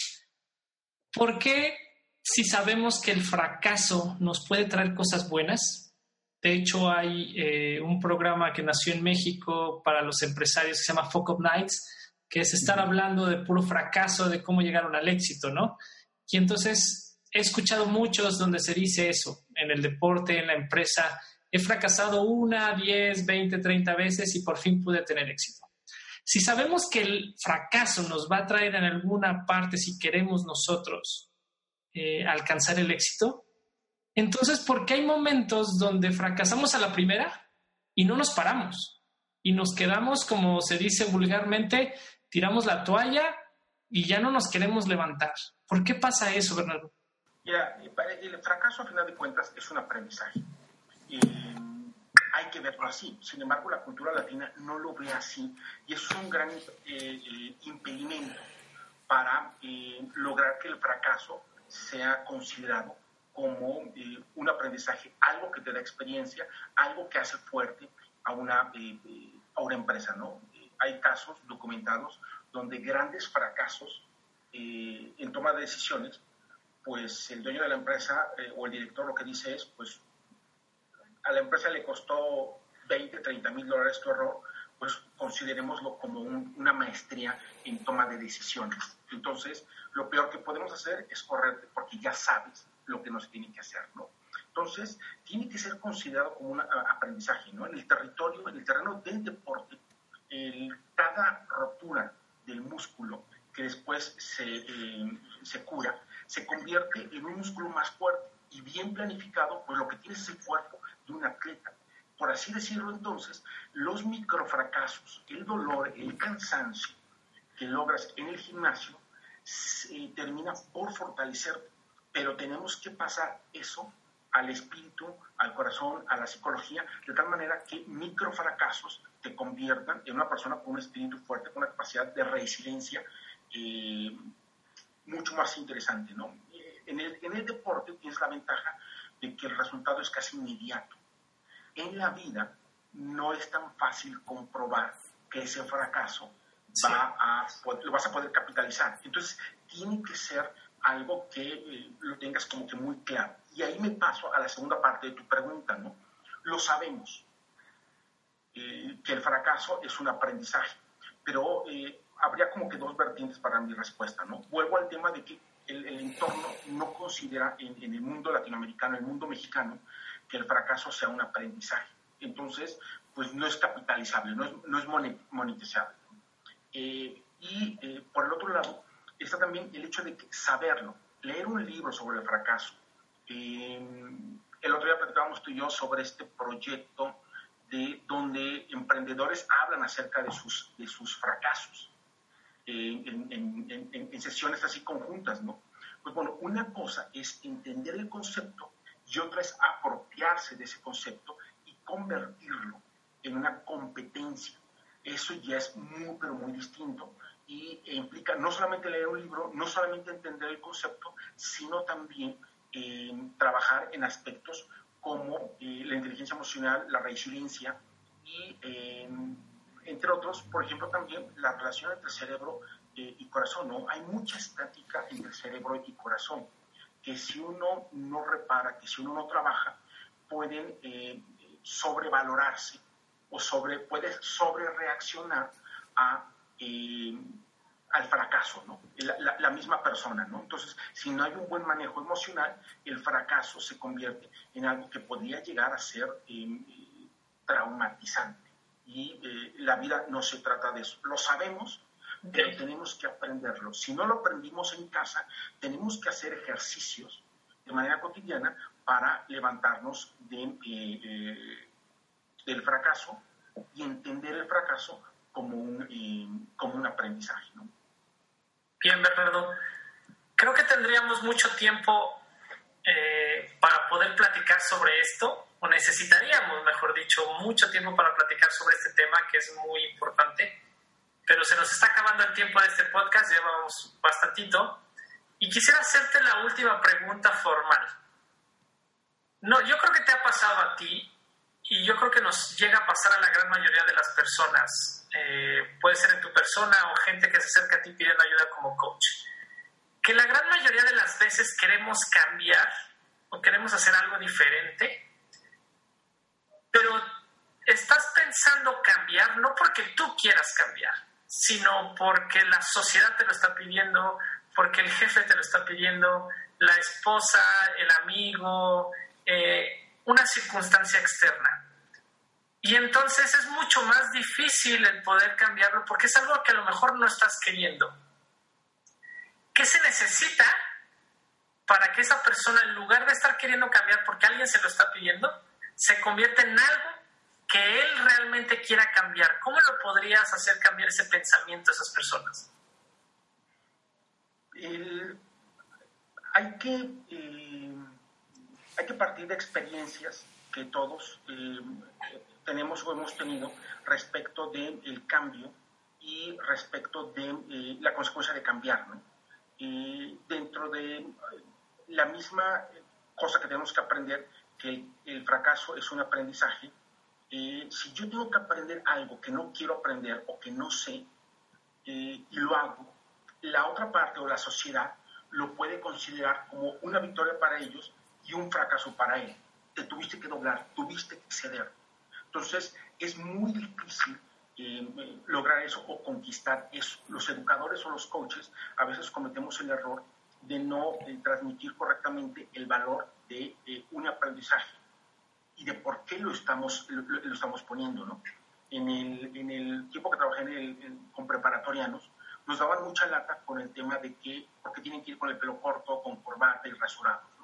B: ¿Por qué, si sabemos que el fracaso nos puede traer cosas buenas? De hecho, hay eh, un programa que nació en México para los empresarios que se llama Fuck Up Nights, que es estar hablando de puro fracaso, de cómo llegaron al éxito, ¿no? Y entonces he escuchado muchos donde se dice eso, en el deporte, en la empresa, he fracasado una, diez, veinte, treinta veces y por fin pude tener éxito. Si sabemos que el fracaso nos va a traer en alguna parte, si queremos nosotros eh, alcanzar el éxito, Entonces, ¿por qué hay momentos donde fracasamos a la primera y no nos paramos? Y nos quedamos, como se dice vulgarmente, tiramos la toalla y ya no nos queremos levantar. ¿Por qué pasa eso, Bernardo?
A: Mira, el fracaso, a final de cuentas, es un aprendizaje. Eh, hay que verlo así. Sin embargo, la cultura latina no lo ve así y es un gran eh, eh, impedimento para eh, lograr que el fracaso sea considerado como eh, un aprendizaje, algo que te da experiencia, algo que hace fuerte a una, eh, eh, a una empresa, ¿no? Eh, hay casos documentados donde grandes fracasos eh, en toma de decisiones, pues el dueño de la empresa eh, o el director lo que dice es, pues a la empresa le costó veinte, treinta mil dólares tu error, pues considerémoslo como un, una maestría en toma de decisiones. Entonces, lo peor que podemos hacer es correrte porque ya sabes lo que no se tiene que hacer, ¿no? Entonces, tiene que ser considerado como un aprendizaje, ¿no? En el territorio, en el terreno del deporte, el, cada rotura del músculo que después se, eh, se cura, se convierte en un músculo más fuerte y bien planificado, pues lo que tiene es el cuerpo de un atleta. Por así decirlo, entonces, los microfracasos, el dolor, el cansancio que logras en el gimnasio, se termina por fortalecerte, pero tenemos que pasar eso al espíritu, al corazón, a la psicología, de tal manera que microfracasos te conviertan en una persona con un espíritu fuerte, con una capacidad de resiliencia eh, mucho más interesante, ¿no? En el, en el deporte tienes la ventaja de que el resultado es casi inmediato. En la vida no es tan fácil comprobar que ese fracaso sí. va a, lo vas a poder capitalizar. Entonces, tiene que ser algo que eh, lo tengas como que muy claro. Y ahí me paso a la segunda parte de tu pregunta, ¿no? Lo sabemos, eh, que el fracaso es un aprendizaje, pero eh, habría como que dos vertientes para mi respuesta, ¿no? Vuelvo al tema de que el, el entorno no considera en, en el mundo latinoamericano, el mundo mexicano, que el fracaso sea un aprendizaje. Entonces, pues no es capitalizable, no es, no es monetizable. Eh, y eh, por el otro lado, está también el hecho de que saberlo, leer un libro sobre el fracaso. Eh, el otro día platicábamos tú y yo sobre este proyecto de donde emprendedores hablan acerca de sus, de sus fracasos eh, en, en, en, en sesiones así conjuntas, ¿no? Pues bueno, una cosa es entender el concepto y otra es apropiarse de ese concepto y convertirlo en una competencia. Eso ya es muy, pero muy distinto y e implica no solamente leer un libro, no solamente entender el concepto, sino también eh, trabajar en aspectos como eh, la inteligencia emocional, la resiliencia y, eh, entre otros, por ejemplo, también la relación entre cerebro eh, y corazón, ¿no? Hay mucha estática entre cerebro y corazón, que si uno no repara, que si uno no trabaja, pueden eh, sobrevalorarse o sobre, puede sobre reaccionar a, eh, al fracaso, ¿no? La, la, la misma persona, ¿no? Entonces, si no hay un buen manejo emocional, el fracaso se convierte en algo que podría llegar a ser eh, traumatizante. Y eh, la vida no se trata de eso. Lo sabemos, pero tenemos que aprenderlo. Si no lo aprendimos en casa, tenemos que hacer ejercicios de manera cotidiana para levantarnos de, eh, eh, del fracaso y entender el fracaso como un, eh, como un aprendizaje, ¿no?
B: Bien, Bernardo. Creo que tendríamos mucho tiempo eh, para poder platicar sobre esto, o necesitaríamos, mejor dicho, mucho tiempo para platicar sobre este tema que es muy importante. Pero se nos está acabando el tiempo de este podcast, llevamos bastantito. Y quisiera hacerte la última pregunta formal. No, yo creo que te ha pasado a ti, y yo creo que nos llega a pasar a la gran mayoría de las personas. Eh, puede ser en tu persona o gente que se acerca a ti pidiendo ayuda como coach. Que la gran mayoría de las veces queremos cambiar o queremos hacer algo diferente, pero estás pensando cambiar no porque tú quieras cambiar, sino porque la sociedad te lo está pidiendo, porque el jefe te lo está pidiendo, la esposa, el amigo, eh, una circunstancia externa. Y entonces es mucho más difícil el poder cambiarlo porque es algo que a lo mejor no estás queriendo. ¿Qué se necesita para que esa persona, en lugar de estar queriendo cambiar porque alguien se lo está pidiendo, se convierta en algo que él realmente quiera cambiar? ¿Cómo lo podrías hacer cambiar ese pensamiento a esas personas?
A: El, hay, que, eh, hay que partir de experiencias que todos eh, tenemos o hemos tenido respecto del cambio y respecto de eh, la consecuencia de cambiar, ¿no? Eh, dentro de la misma cosa que tenemos que aprender, que el, el fracaso es un aprendizaje. Eh, si yo tengo que aprender algo que no quiero aprender o que no sé, eh, y lo hago, la otra parte o la sociedad lo puede considerar como una victoria para ellos y un fracaso para él. Te tuviste que doblar, tuviste que ceder. Entonces, es muy difícil eh, lograr eso o conquistar eso. Los educadores o los coaches a veces cometemos el error de no eh, transmitir correctamente el valor de eh, un aprendizaje y de por qué lo estamos, lo, lo estamos poniendo, ¿no? En el, en el tiempo que trabajé en el, en, con preparatorianos, nos daban mucha lata con el tema de que, porque tienen que ir con el pelo corto, con corbata y rasurados, ¿no?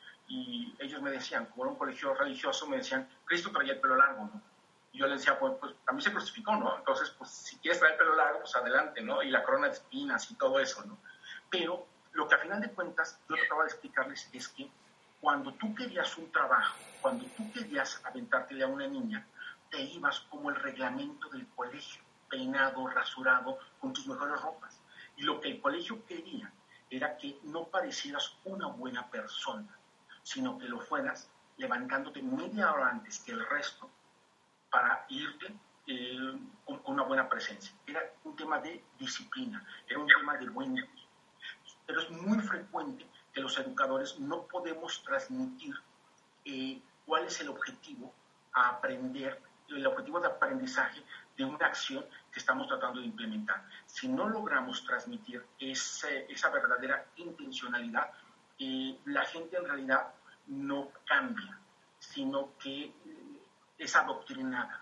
A: Y ellos me decían, como era un colegio religioso, me decían, Cristo traía el pelo largo, ¿no? Y yo les decía, pues, pues a mí se crucificó, ¿no? Entonces, pues si quieres traer el pelo largo, pues adelante, ¿no? Y la corona de espinas y todo eso, ¿no? Pero lo que a final de cuentas yo trataba de explicarles es que cuando tú querías un trabajo, cuando tú querías aventártele a una niña, te ibas como el reglamento del colegio, peinado, rasurado, con tus mejores ropas. Y lo que el colegio quería era que no parecieras una buena persona, sino que lo fueras levantándote media hora antes que el resto para irte eh, con, con una buena presencia. Era un tema de disciplina, era un tema de buen gusto. Pero es muy frecuente que los educadores no podemos transmitir eh, cuál es el objetivo a aprender, el objetivo de aprendizaje de una acción que estamos tratando de implementar. Si no logramos transmitir ese, esa verdadera intencionalidad, eh, la gente en realidad no cambia, sino que eh, es adoctrinada.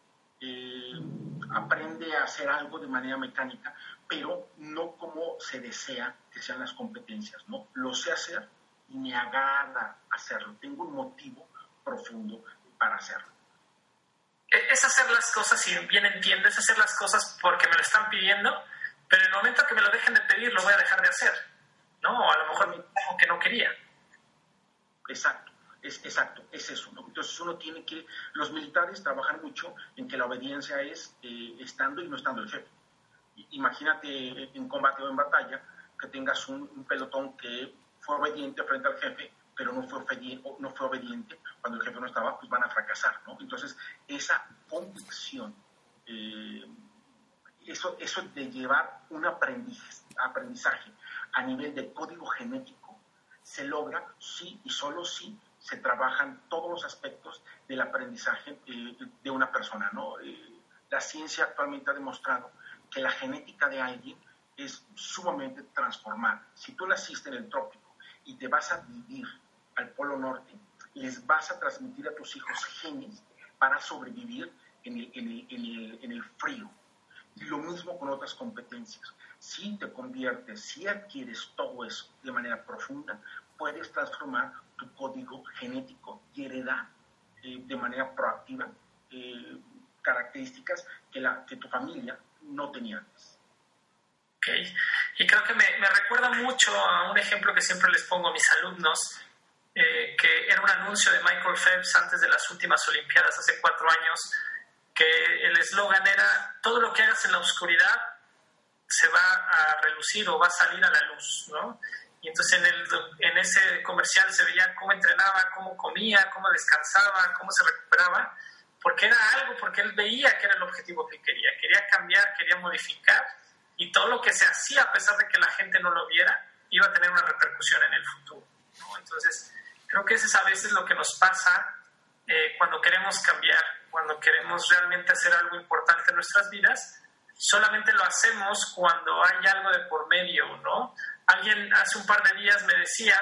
A: Eh, aprende a hacer algo de manera mecánica, pero no como se desea que sean las competencias, ¿no? Lo sé hacer y me agrada hacerlo. Tengo un motivo profundo para hacerlo.
B: Es hacer las cosas, y bien entiendo, es hacer las cosas porque me lo están pidiendo, pero en el momento que me lo dejen de pedir, lo voy a dejar de hacer, ¿no? O a lo mejor algo que no quería.
A: Exacto. Es, exacto, es eso, ¿no? Entonces uno tiene que, los militares trabajan mucho en que la obediencia es eh, estando y no estando el jefe. Imagínate en combate o en batalla que tengas un, un pelotón que fue obediente frente al jefe, pero no fue, obediente, no fue obediente cuando el jefe no estaba, pues van a fracasar, ¿no? Entonces esa convicción, eh, eso, eso de llevar un aprendiz, aprendizaje a nivel de código genético, se logra sí y solo sí se trabajan todos los aspectos del aprendizaje eh, de una persona, ¿no? Eh, la ciencia actualmente ha demostrado que la genética de alguien es sumamente transformada. Si tú naciste en el trópico y te vas a vivir al Polo Norte, les vas a transmitir a tus hijos genes para sobrevivir en el, en el, en el, en el frío. Y lo mismo con otras competencias. Si te conviertes, si adquieres todo eso de manera profunda, puedes transformar tu código genético y heredar eh, de manera proactiva eh, características que, la, que tu familia no tenía antes.
B: Ok, y creo que me, me recuerda mucho a un ejemplo que siempre les pongo a mis alumnos, eh, que era un anuncio de Michael Phelps antes de las últimas Olimpiadas hace cuatro años, que el eslogan era: todo lo que hagas en la oscuridad se va a relucir o va a salir a la luz, ¿no? Y entonces en, el, en ese comercial se veía cómo entrenaba, cómo comía, cómo descansaba, cómo se recuperaba, porque era algo, porque él veía que era el objetivo que quería. Quería cambiar, quería modificar, y todo lo que se hacía, a pesar de que la gente no lo viera, iba a tener una repercusión en el futuro, ¿no? Entonces, creo que eso es a veces lo que nos pasa eh, cuando queremos cambiar, cuando queremos realmente hacer algo importante en nuestras vidas. Solamente lo hacemos cuando hay algo de por medio, ¿no? Alguien hace un par de días me decía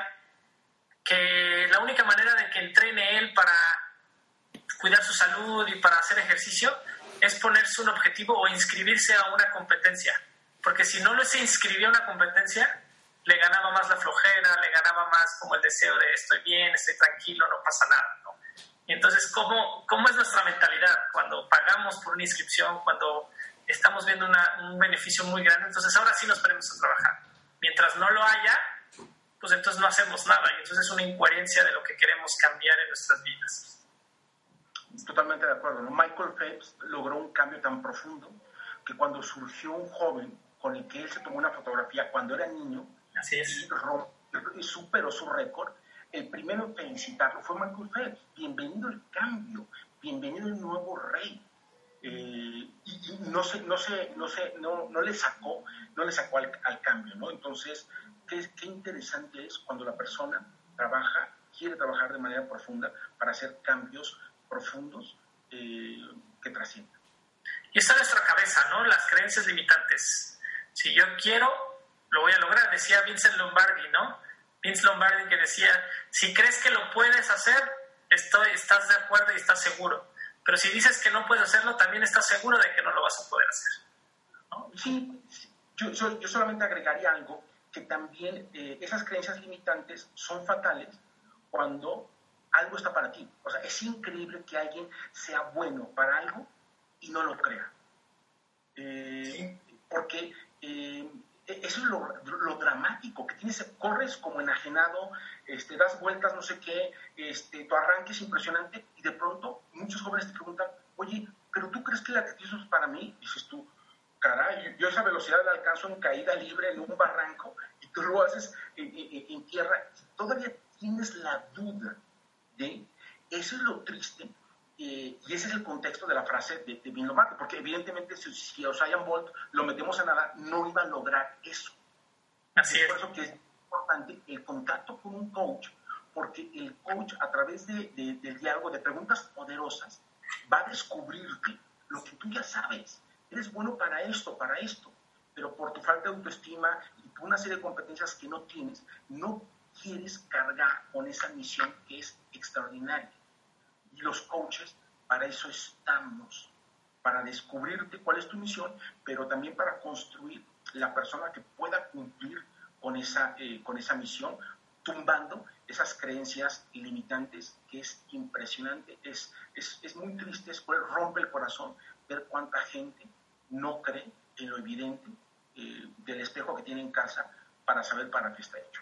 B: que la única manera de que entrene él para cuidar su salud y para hacer ejercicio es ponerse un objetivo o inscribirse a una competencia. Porque si no se inscribía a una competencia, le ganaba más la flojera, le ganaba más como el deseo de estoy bien, estoy tranquilo, no pasa nada, ¿no? Y entonces, ¿cómo, cómo es nuestra mentalidad cuando pagamos por una inscripción, cuando estamos viendo una, un beneficio muy grande? Entonces, ahora sí nos ponemos a trabajar. Mientras no lo haya, pues entonces no hacemos nada. Y entonces es una incoherencia de lo que queremos cambiar en nuestras vidas.
A: Totalmente de acuerdo, ¿no? Michael Phelps logró un cambio tan profundo que cuando surgió un joven con el que él se tomó una fotografía cuando era niño,
B: así es,
A: y, rom- y superó su récord, el primero en felicitarlo fue Michael Phelps. Bienvenido el cambio, bienvenido el nuevo rey. Eh, y, y no se, no se, no se, no, no le sacó, no le sacó al, al cambio, ¿no? Entonces, qué, qué interesante es cuando la persona trabaja, quiere trabajar de manera profunda para hacer cambios profundos eh, que trasciendan.
B: Y está en nuestra cabeza, ¿no? Las creencias limitantes. Si yo quiero, lo voy a lograr. Decía Vincent Lombardi, ¿no? Vince Lombardi, que decía, si crees que lo puedes hacer, estoy, estás de acuerdo y estás seguro. Pero si dices que no puedes hacerlo, también estás seguro de que no lo vas a poder hacer, ¿no?
A: Sí, yo, yo, yo solamente agregaría algo, que también eh, esas creencias limitantes son fatales cuando algo está para ti. O sea, es increíble que alguien sea bueno para algo y no lo crea. Eh, sí. Porque eh, eso es lo, lo dramático, que tienes, corres como enajenado, este, das vueltas, no sé qué, este, tu arranque es impresionante y de pronto muchos jóvenes te preguntan, oye, ¿pero tú crees que el atletismo es para mí? Y dices tú, caray, yo esa velocidad la alcanzo en caída libre en un barranco y tú lo haces en, en, en tierra y todavía tienes la duda de, eso es lo triste. Eh, y ese es el contexto de la frase de, de Vince Lombardi, porque evidentemente si, si a Usain Bolt lo metemos a nada, no iba a lograr eso.
B: Así es.
A: Por eso que es importante el contacto con un coach, porque el coach a través de, de, del diálogo, de preguntas poderosas, va a descubrirte lo que tú ya sabes. Eres bueno para esto, para esto, pero por tu falta de autoestima y por una serie de competencias que no tienes, no quieres cargar con esa misión que es extraordinaria. Y los coaches, para eso estamos, para descubrirte cuál es tu misión, pero también para construir la persona que pueda cumplir con esa, eh, con esa misión, tumbando esas creencias limitantes, que es impresionante, es, es, es muy triste, es, rompe el corazón ver cuánta gente no cree en lo evidente eh, del espejo que tiene en casa para saber para qué está hecho.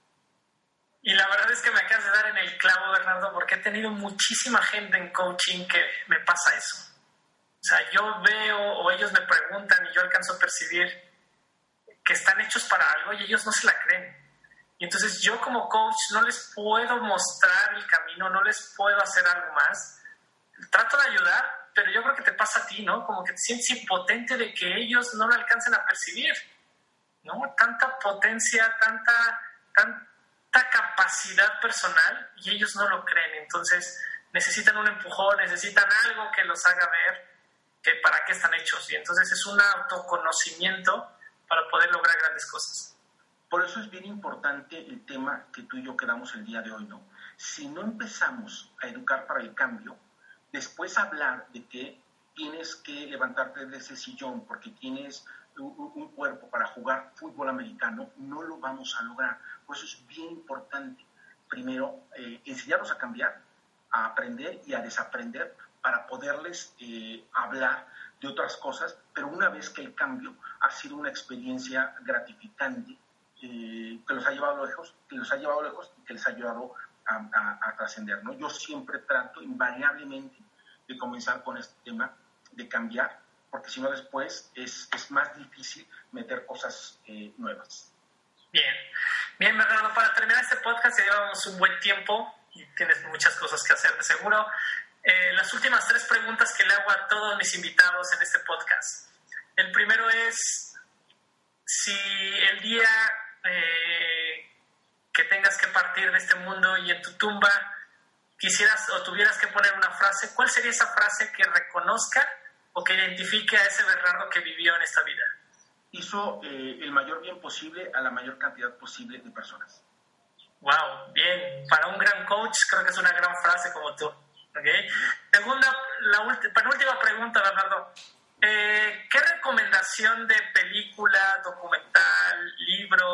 B: Y la verdad es que me acabas de dar en el clavo, Bernardo, porque he tenido muchísima gente en coaching que me pasa eso. O sea, yo veo o ellos me preguntan y yo alcanzo a percibir que están hechos para algo y ellos no se la creen. Y entonces yo como coach no les puedo mostrar el camino, no les puedo hacer algo más. Trato de ayudar, pero yo creo que te pasa a ti, ¿no? Como que te sientes impotente de que ellos no lo alcancen a percibir, ¿no? Tanta potencia, tanta... tanta capacidad personal y ellos no lo creen, entonces necesitan un empujón, necesitan algo que los haga ver que para qué están hechos, y entonces es un autoconocimiento para poder lograr grandes cosas.
A: Por eso es bien importante el tema que tú y yo quedamos el día de hoy, ¿no? Si no empezamos a educar para el cambio, después hablar de que tienes que levantarte de ese sillón porque tienes un cuerpo para jugar fútbol americano, no lo vamos a lograr. Por eso es bien importante, primero, eh, enseñarlos a cambiar, a aprender y a desaprender para poderles eh, hablar de otras cosas, pero una vez que el cambio ha sido una experiencia gratificante, eh, que los ha llevado lejos, que los ha llevado lejos y que les ha ayudado a, a, a trascender, ¿no? Yo siempre trato invariablemente de comenzar con este tema de cambiar, porque si no después es, es más difícil meter cosas eh, nuevas.
B: Bien, bien, Bernardo, para terminar este podcast ya llevamos un buen tiempo y tienes muchas cosas que hacer de seguro. Eh, las últimas tres preguntas que le hago a todos mis invitados en este podcast. El primero es, si el día eh, que tengas que partir de este mundo y en tu tumba quisieras o tuvieras que poner una frase, ¿cuál sería esa frase que reconozca o que identifique a ese Bernardo que vivió en esta vida?
A: Hizo eh, el mayor bien posible a la mayor cantidad posible de personas.
B: Wow, bien. Para un gran coach creo que es una gran frase como tú. ¿Okay? Segunda, la ulti- penúltima pregunta, Bernardo. Eh, ¿Qué recomendación de película, documental, libro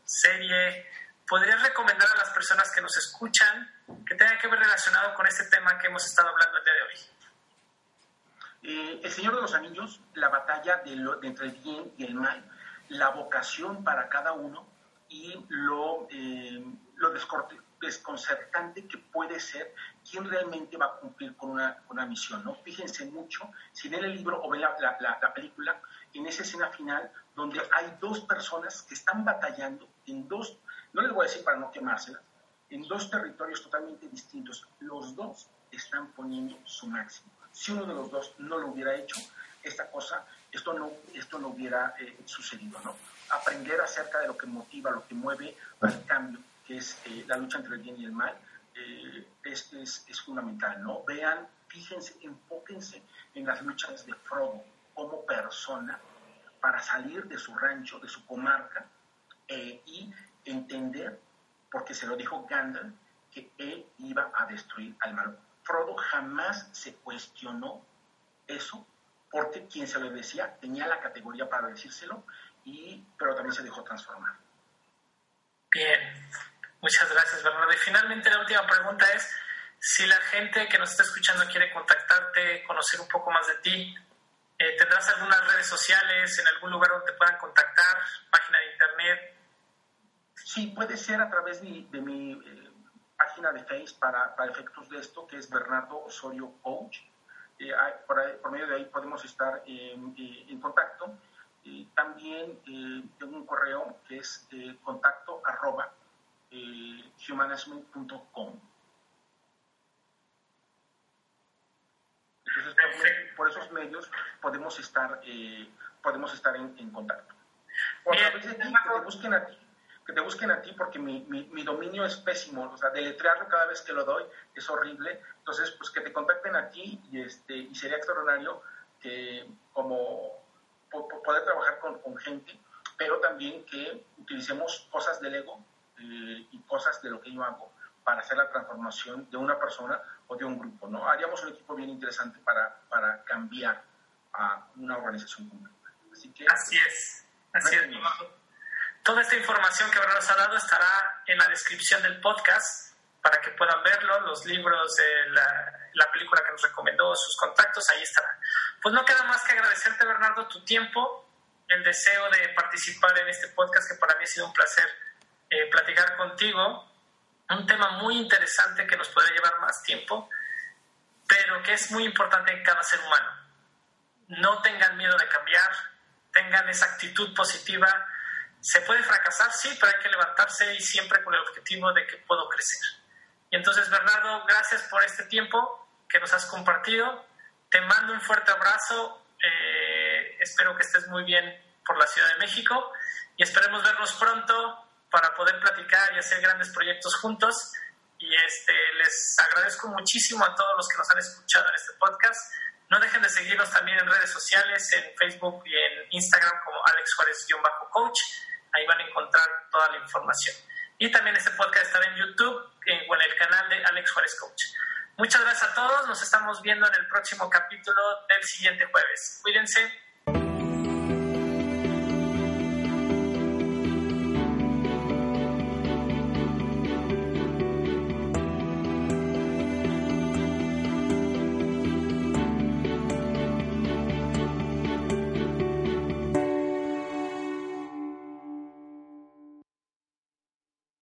B: serie, podrías recomendar a las personas que nos escuchan que tengan que ver relacionado con este tema que hemos estado hablando el día de hoy?
A: Eh, el Señor de los Anillos, la batalla de, lo, de entre el bien y el mal, la vocación para cada uno y lo, eh, lo desconcertante que puede ser quién realmente va a cumplir con una, una misión, ¿no? Fíjense mucho, si ven el libro o ven la, la, la, la película, en esa escena final donde hay dos personas que están batallando en dos, no les voy a decir para no quemárselas, en dos territorios totalmente distintos. Los dos están poniendo su máximo. Si uno de los dos no lo hubiera hecho, esta cosa, esto no, esto no hubiera eh, sucedido, ¿no? Aprender acerca de lo que motiva, lo que mueve al cambio, que es eh, la lucha entre el bien y el mal, eh, es, es, es fundamental, ¿no? Vean, fíjense, enfóquense en las luchas de Frodo como persona para salir de su rancho, de su comarca, eh, y entender, porque se lo dijo Gandalf, que él iba a destruir al malo. Frodo jamás se cuestionó eso, porque quien se lo decía tenía la categoría para decírselo, y, pero también se dejó transformar.
B: Bien, muchas gracias, Bernardo. Y finalmente la última pregunta es, si la gente que nos está escuchando quiere contactarte, conocer un poco más de ti, eh, ¿tendrás algunas redes sociales, en algún lugar donde te puedan contactar, página de internet?
A: Sí, puede ser a través de, de mi eh, página de Facebook para, para efectos de esto, que es Bernardo Osorio Coach. Eh, por, ahí, por medio de ahí podemos estar en, eh, en contacto. Eh, también eh, tengo un correo que es eh, contacto arroba eh, humanagement punto com. Entonces, por, por esos medios podemos estar, eh, podemos estar en, en contacto. O a través de ti, que te busquen a ti. que te busquen a ti porque mi, mi, mi dominio es pésimo, o sea, deletrearlo cada vez que lo doy es horrible, entonces pues que te contacten a ti y, este, y sería extraordinario que como po, poder trabajar con, con gente, pero también que utilicemos cosas del ego eh, y cosas de lo que yo hago para hacer la transformación de una persona o de un grupo, ¿no? Haríamos un equipo bien interesante para, para cambiar a una organización completa. Así que...
B: Así es, así es. Toda esta información que Bernardo nos ha dado estará en la descripción del podcast para que puedan verlo, los libros de la, la película que nos recomendó, sus contactos, ahí estarán. Pues no queda más que agradecerte, Bernardo, tu tiempo, el deseo de participar en este podcast, que para mí ha sido un placer eh, platicar contigo. Un tema muy interesante que nos podría llevar más tiempo, pero que es muy importante en cada ser humano. No tengan miedo de cambiar, tengan esa actitud positiva. Se puede fracasar, sí, pero hay que levantarse y siempre con el objetivo de que puedo crecer. Y entonces, Bernardo, gracias por este tiempo que nos has compartido. Te mando un fuerte abrazo. Eh, espero que estés muy bien por la Ciudad de México y esperemos vernos pronto para poder platicar y hacer grandes proyectos juntos. Y este, les agradezco muchísimo a todos los que nos han escuchado en este podcast. No dejen de seguirnos también en redes sociales, en Facebook y en Instagram como Alex Juárez-Coach. Ahí van a encontrar toda la información. Y también este podcast estará en YouTube eh, o en el canal de Alex Juárez Coach. Muchas gracias a todos. Nos estamos viendo en el próximo capítulo del siguiente jueves. Cuídense.